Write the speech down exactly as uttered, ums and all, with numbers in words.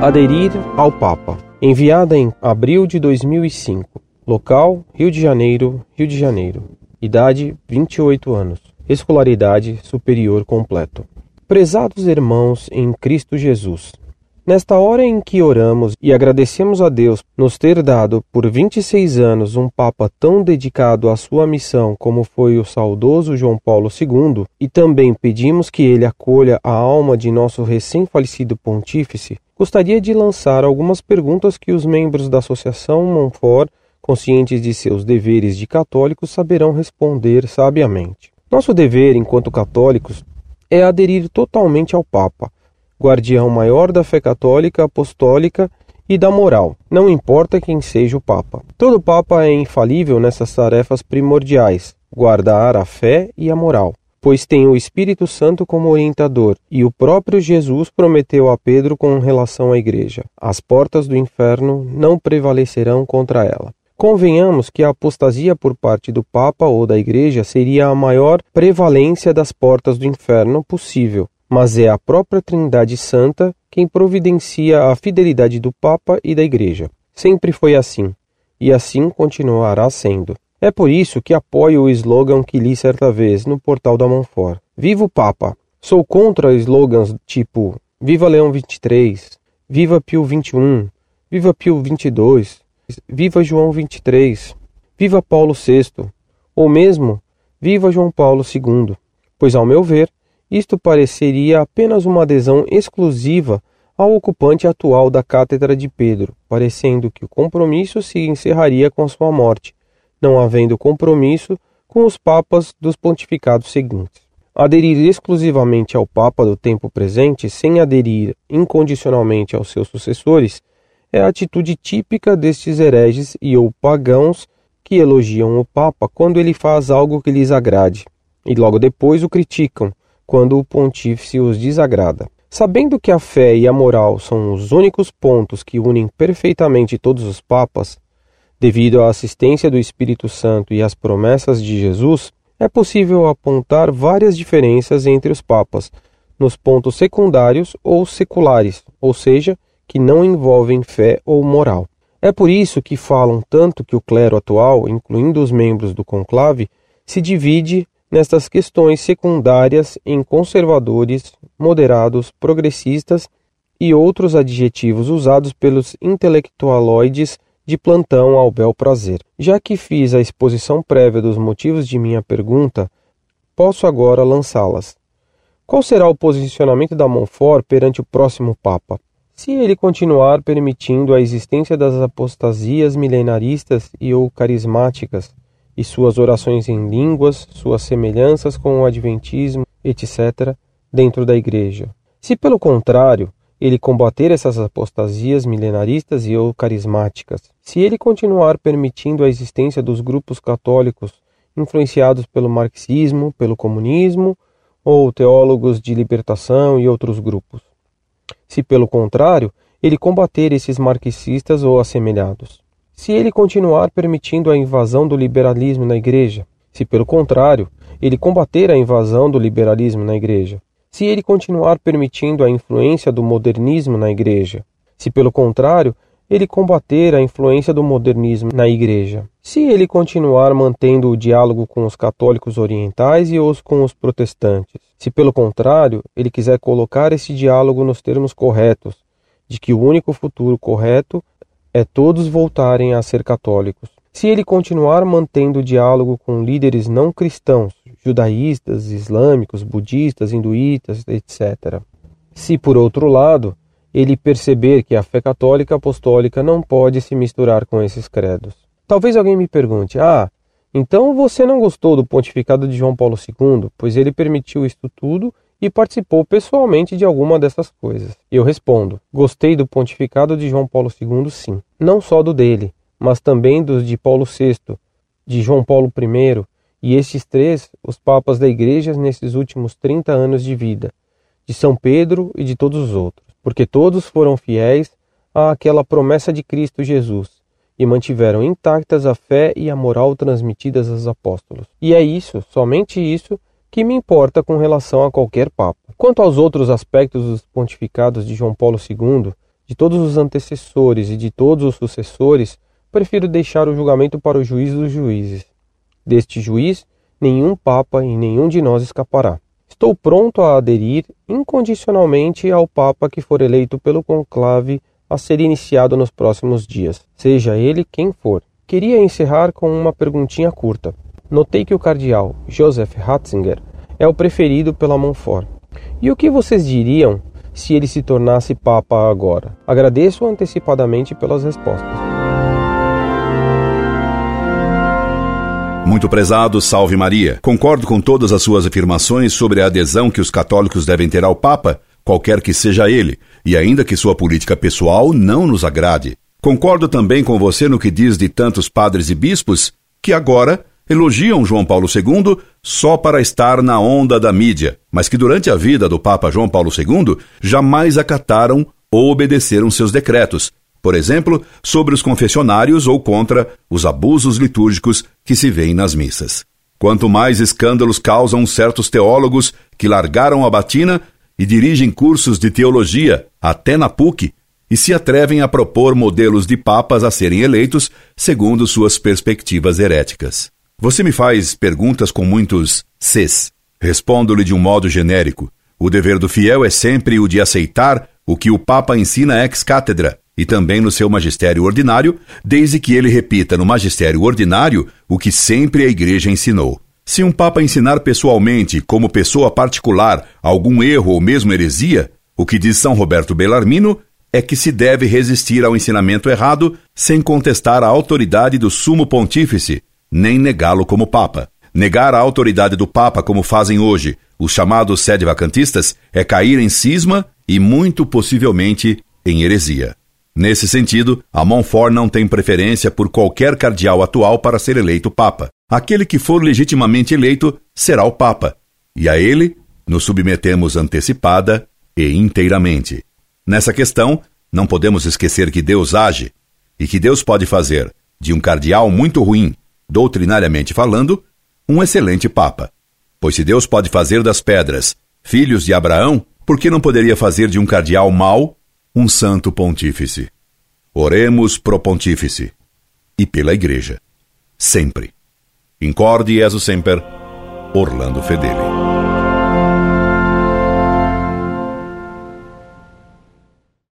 Aderir ao Papa. Enviada em abril de dois mil e cinco. Local: Rio de Janeiro, Rio de Janeiro. Idade: vinte e oito anos. Escolaridade superior completo. Prezados irmãos em Cristo Jesus, nesta hora em que oramos e agradecemos a Deus nos ter dado por vinte e seis anos um Papa tão dedicado à sua missão como foi o saudoso João Paulo segundo, e também pedimos que ele acolha a alma de nosso recém-falecido pontífice, gostaria de lançar algumas perguntas que os membros da Associação Montfort, conscientes de seus deveres de católicos, saberão responder sabiamente. Nosso dever, enquanto católicos, é aderir totalmente ao Papa, guardião maior da fé católica, apostólica e da moral, não importa quem seja o Papa. Todo Papa é infalível nessas tarefas primordiais, guardar a fé e a moral, pois tem o Espírito Santo como orientador, e o próprio Jesus prometeu a Pedro com relação à Igreja: as portas do inferno não prevalecerão contra ela. Convenhamos que a apostasia por parte do Papa ou da Igreja seria a maior prevalência das portas do inferno possível, mas é a própria Trindade Santa quem providencia a fidelidade do Papa e da Igreja. Sempre foi assim, e assim continuará sendo. É por isso que apoio o slogan que li certa vez no portal da Montfort: Viva o Papa! Sou contra slogans tipo Viva Leão vinte e três, Viva Pio vinte e um, Viva Pio vinte e dois, Viva João vinte e três, Viva Paulo sexto, ou mesmo Viva João Paulo segundo, pois, ao meu ver, isto pareceria apenas uma adesão exclusiva ao ocupante atual da Cátedra de Pedro, parecendo que o compromisso se encerraria com a sua morte, não havendo compromisso com os papas dos pontificados seguintes. Aderir exclusivamente ao Papa do tempo presente, sem aderir incondicionalmente aos seus sucessores, é a atitude típica destes hereges e ou pagãos que elogiam o Papa quando ele faz algo que lhes agrade, e logo depois o criticam quando o pontífice os desagrada. Sabendo que a fé e a moral são os únicos pontos que unem perfeitamente todos os papas, devido à assistência do Espírito Santo e às promessas de Jesus, é possível apontar várias diferenças entre os papas, nos pontos secundários ou seculares, ou seja, que não envolvem fé ou moral. É por isso que falam tanto que o clero atual, incluindo os membros do conclave, se divide nestas questões secundárias em conservadores, moderados, progressistas e outros adjetivos usados pelos intelectualoides de plantão ao bel prazer. Já que fiz a exposição prévia dos motivos de minha pergunta, posso agora lançá-las. Qual será o posicionamento da Montfort perante o próximo Papa? Se ele continuar permitindo a existência das apostasias milenaristas e ou carismáticas, e suas orações em línguas, suas semelhanças com o adventismo, etcétera, dentro da Igreja. Se, pelo contrário, ele combater essas apostasias milenaristas e ou carismáticas, se ele continuar permitindo a existência dos grupos católicos influenciados pelo marxismo, pelo comunismo, ou teólogos de libertação e outros grupos. Se, pelo contrário, ele combater esses marxistas ou assemelhados. Se ele continuar permitindo a invasão do liberalismo na Igreja. Se, pelo contrário, ele combater a invasão do liberalismo na Igreja. Se ele continuar permitindo a influência do modernismo na Igreja. Se, pelo contrário, ele combater a influência do modernismo na Igreja. Se ele continuar mantendo o diálogo com os católicos orientais e os com os protestantes. Se, pelo contrário, ele quiser colocar esse diálogo nos termos corretos, de que o único futuro correto é todos voltarem a ser católicos. Se ele continuar mantendo o diálogo com líderes não cristãos, judaístas, islâmicos, budistas, hinduístas, etcétera. Se, por outro lado, ele perceber que a fé católica apostólica não pode se misturar com esses credos. Talvez alguém me pergunte: ah, então você não gostou do pontificado de João Paulo segundo, pois ele permitiu isto tudo e participou pessoalmente de alguma dessas coisas. Eu respondo: gostei do pontificado de João Paulo segundo, sim. Não só do dele, mas também dos de Paulo sexto, de João Paulo primeiro, e estes três, os papas da Igreja nesses últimos trinta anos de vida, de São Pedro e de todos os outros, porque todos foram fiéis àquela promessa de Cristo Jesus e mantiveram intactas a fé e a moral transmitidas aos apóstolos. E é isso, somente isso, que me importa com relação a qualquer papa. Quanto aos outros aspectos dos pontificados de João Paulo segundo, De todos os antecessores e de todos os sucessores, prefiro deixar o julgamento para o juiz dos juízes. Deste juiz, nenhum papa e nenhum de nós escapará. Estou pronto a aderir incondicionalmente ao papa que for eleito pelo conclave a ser iniciado nos próximos dias, seja ele quem for. Queria encerrar com uma perguntinha curta. Notei que o cardeal Joseph Ratzinger é o preferido pela Montfort. E o que vocês diriam se ele se tornasse papa agora? Agradeço antecipadamente pelas respostas. Muito prezado, salve Maria. Concordo com todas as suas afirmações sobre a adesão que os católicos devem ter ao Papa, qualquer que seja ele, e ainda que sua política pessoal não nos agrade. Concordo também com você no que diz de tantos padres e bispos que agora elogiam João Paulo segundo só para estar na onda da mídia, mas que durante a vida do Papa João Paulo segundo jamais acataram ou obedeceram seus decretos, por exemplo, sobre os confessionários ou contra os abusos litúrgicos que se veem nas missas. Quanto mais escândalos causam certos teólogos que largaram a batina e dirigem cursos de teologia até na P U C e se atrevem a propor modelos de papas a serem eleitos segundo suas perspectivas heréticas. Você me faz perguntas com muitos Cs. Respondo-lhe de um modo genérico. O dever do fiel é sempre o de aceitar o que o Papa ensina ex cátedra, e também no seu magistério ordinário, desde que ele repita no magistério ordinário o que sempre a Igreja ensinou. Se um Papa ensinar pessoalmente, como pessoa particular, algum erro ou mesmo heresia, o que diz São Roberto Bellarmino é que se deve resistir ao ensinamento errado sem contestar a autoridade do Sumo Pontífice, nem negá-lo como Papa. Negar a autoridade do Papa, como fazem hoje os chamados sedevacantistas, é cair em cisma e, muito possivelmente, em heresia. Nesse sentido, a Montfort não tem preferência por qualquer cardeal atual para ser eleito Papa. Aquele que for legitimamente eleito será o Papa, e a ele nos submetemos antecipada e inteiramente. Nessa questão, não podemos esquecer que Deus age, e que Deus pode fazer de um cardeal muito ruim, doutrinariamente falando, um excelente Papa. Pois se Deus pode fazer das pedras filhos de Abraão, por que não poderia fazer de um cardeal mau um santo pontífice? Oremos pro pontífice e pela Igreja. Sempre. Incorde Jesus Semper, Orlando Fedeli.